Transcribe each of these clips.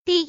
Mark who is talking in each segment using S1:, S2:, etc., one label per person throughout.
S1: 第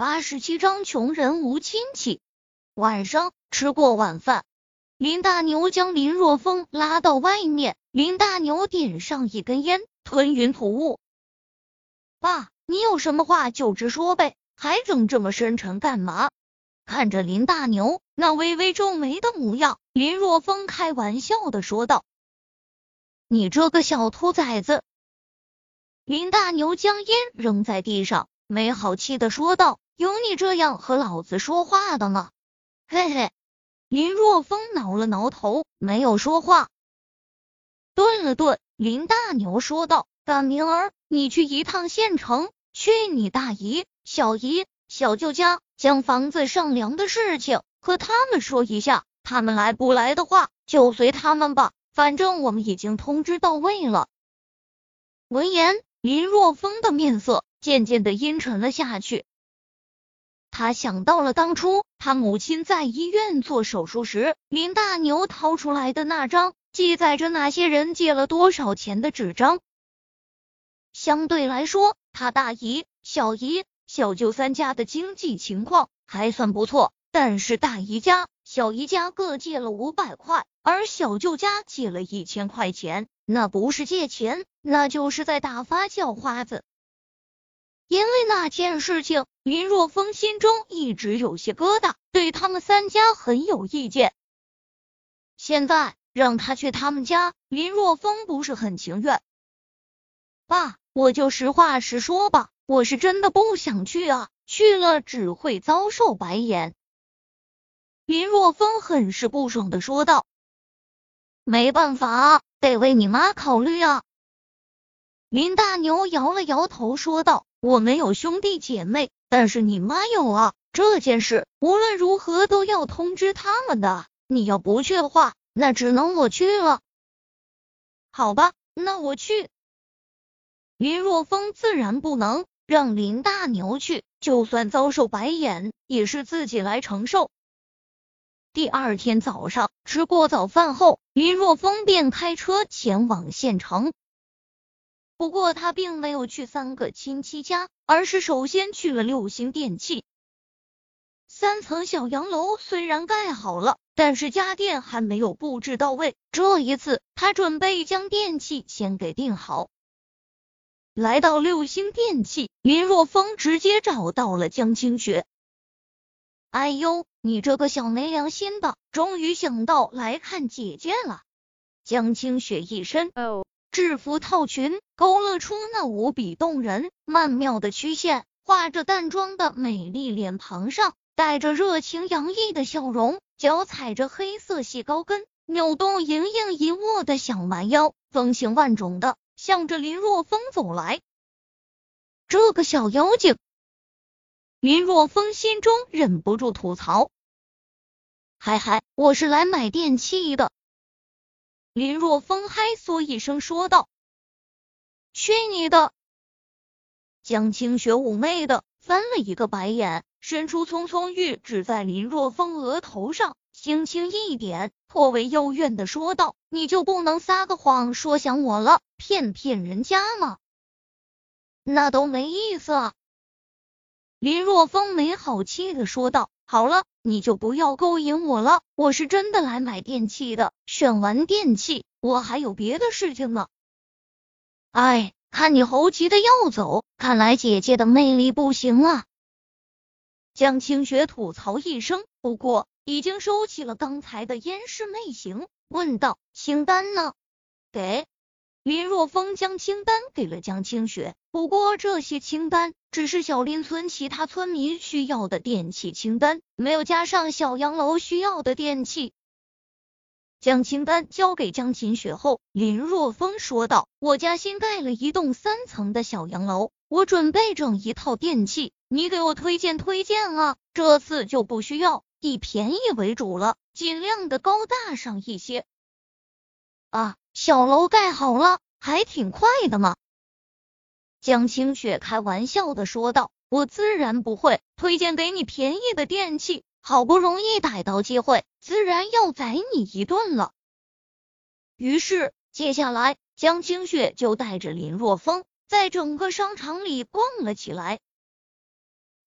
S1: 187章穷人无亲戚。晚上吃过晚饭，林大牛将林若风拉到外面，林大牛点上一根烟，吞云吐雾。爸，你有什么话就直说呗，还整这么深沉干嘛？看着林大牛那微微皱眉的模样，林若风开玩笑的说道：你这个小兔崽子。林大牛将烟扔在地上，没好气的说道：有你这样和老子说话的吗？嘿嘿。林若风挠了挠头，没有说话。顿了顿，林大牛说道：大明儿，你去一趟县城，去你大姨、小姨、小舅家，将房子上梁的事情和他们说一下，他们来不来的话就随他们吧，反正我们已经通知到位了。闻言，林若风的面色渐渐的阴沉了下去。他想到了当初他母亲在医院做手术时，林大牛掏出来的那张记载着哪些人借了多少钱的纸张。相对来说，他大姨、小姨、小舅三家的经济情况还算不错，但是大姨家、小姨家各借了500块，而小舅家借了1000块钱，那不是借钱，那就是在打发叫花子。因为那件事情，林若风心中一直有些疙瘩，对他们三家很有意见。现在让他去他们家，林若风不是很情愿。爸，我就实话实说吧，我是真的不想去啊，去了只会遭受白眼。林若风很是不爽的说道。没办法啊，得为你妈考虑啊。林大牛摇了摇头说道，我没有兄弟姐妹，但是你妈有啊，这件事无论如何都要通知他们的，你要不去的话，那只能我去了。好吧，那我去。林若风自然不能让林大牛去，就算遭受白眼，也是自己来承受。第二天早上吃过早饭后，林若风便开车前往县城。不过他并没有去3个亲戚家，而是首先去了6星电器。3层小洋楼虽然盖好了，但是家电还没有布置到位，这一次他准备将电器先给订好。来到6星电器，林若风直接找到了江清雪。哎呦，你这个小没良心的，终于想到来看姐姐了。江清雪一身制服套裙，勾勒出那无比动人曼妙的曲线，画着淡妆的美丽脸庞上带着热情洋溢的笑容，脚踩着黑色细高跟，扭动盈盈一握的小蛮腰，风情万种的向着林若风走来。这个小妖精，林若风心中忍不住吐槽。嗨，我是来买电器的。林若风嗨嗦一声说道。去你的！江清雪妩媚的翻了一个白眼，伸出葱葱玉指在林若风额头上，轻轻一点，颇为幽怨的说道，你就不能撒个谎说想我了，骗人家吗？那都没意思啊。林若风没好气的说道，好了，你就不要勾引我了，我是真的来买电器的，选完电器我还有别的事情呢。哎，看你猴急的要走，看来姐姐的魅力不行啊。江清雪吐槽一声，不过已经收起了刚才的烟视媚行，问道，清单呢？给。林若风将清单给了江清雪，不过这些清单只是小林村其他村民需要的电器清单，没有加上小洋楼需要的电器。将清单交给江清雪后，林若风说道，我家新盖了一栋3层的小洋楼，我准备整一套电器，你给我推荐啊，这次就不需要以便宜为主了，尽量的高大上一些。啊，小楼盖好了，还挺快的嘛。江清雪开玩笑的说道，我自然不会推荐给你便宜的电器，好不容易逮到机会，自然要宰你一顿了。于是接下来江清雪就带着林若风在整个商场里逛了起来。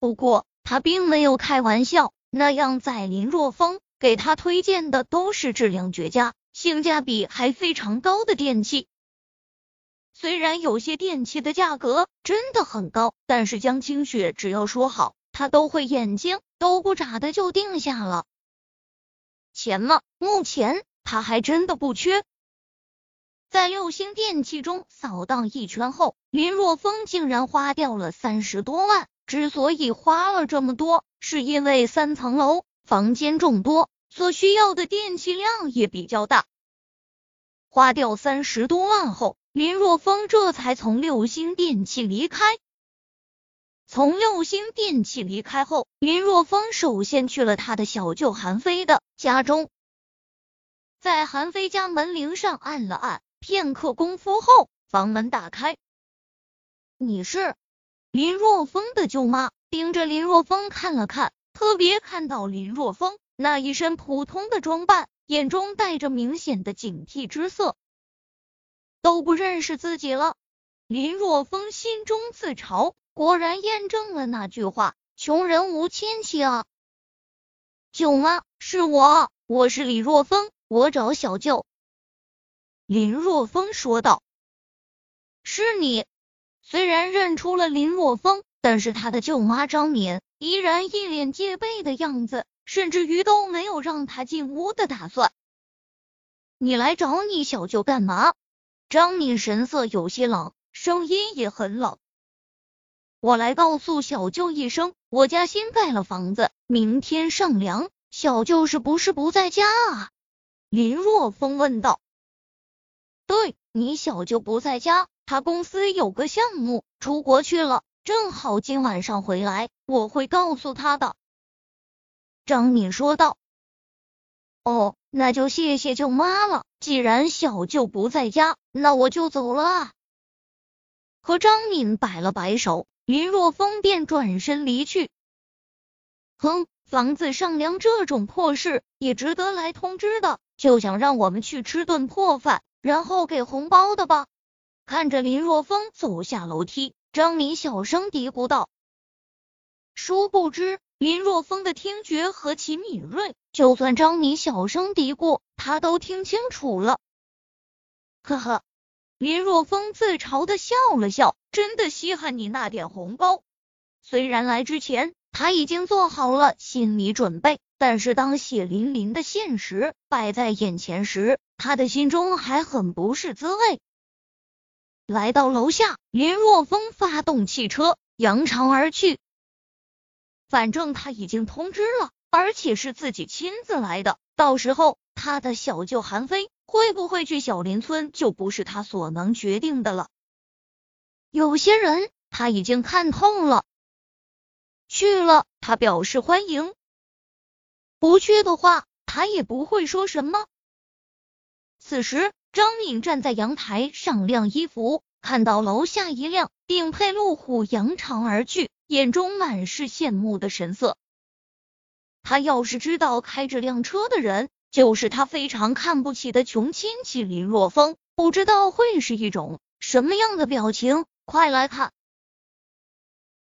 S1: 不过他并没有开玩笑，那样在林若风给他推荐的都是质量绝佳、性价比还非常高的电器。虽然有些电器的价格真的很高，但是江清雪只要说好，他都会眼睛都不眨的就定下了。钱嘛，目前他还真的不缺。在六星电器中扫荡一圈后，林若风竟然花掉了30多万。之所以花了这么多，是因为3层楼，房间众多，所需要的电器量也比较大。花掉30多万后，林若风这才从六星电器离开。从六星电器离开后，林若风首先去了他的小舅韩飞的家中，在韩飞家门铃上按了按，片刻功夫后，房门打开。你是？林若风的舅妈盯着林若风看了看，特别看到林若风那一身普通的装扮，眼中带着明显的警惕之色。都不认识自己了。林若风心中自嘲，果然验证了那句话，穷人无亲戚啊。舅妈，是我是李若风，我找小舅。林若风说道。是你。虽然认出了林若风，但是他的舅妈张敏依然一脸戒备的样子，甚至于都没有让他进屋的打算。你来找你小舅干嘛？张敏神色有些冷，声音也很冷。我来告诉小舅一声，我家新盖了房子，明天上梁，小舅是不是不在家啊？林若风问道。对，你小舅不在家，他公司有个项目出国去了，正好今晚上回来，我会告诉他的。张敏说道。哦，那就谢谢舅妈了，既然小舅不在家，那我就走了啊。和张敏摆了摆手，林若风便转身离去。哼，房子上梁这种破事也值得来通知的，就想让我们去吃顿破饭，然后给红包的吧。看着林若风走下楼梯，张敏小声嘀咕道。殊不知林若风的听觉何其敏锐，就算张敏小声嘀咕，他都听清楚了。呵呵，林若风自嘲的笑了笑，真的稀罕你那点红包。虽然来之前他已经做好了心理准备，但是当血淋淋的现实摆在眼前时，他的心中还很不是滋味。来到楼下，林若风发动汽车扬长而去。反正他已经通知了，而且是自己亲自来的，到时候他的小舅韩飞会不会去小林村就不是他所能决定的了。有些人他已经看透了，去了他表示欢迎，不去的话他也不会说什么。此时张敏站在阳台上晾衣服，看到楼下一辆顶配路虎扬长而去，眼中满是羡慕的神色。他要是知道开这辆车的人就是他非常看不起的穷亲戚林若风，不知道会是一种什么样的表情。快来看，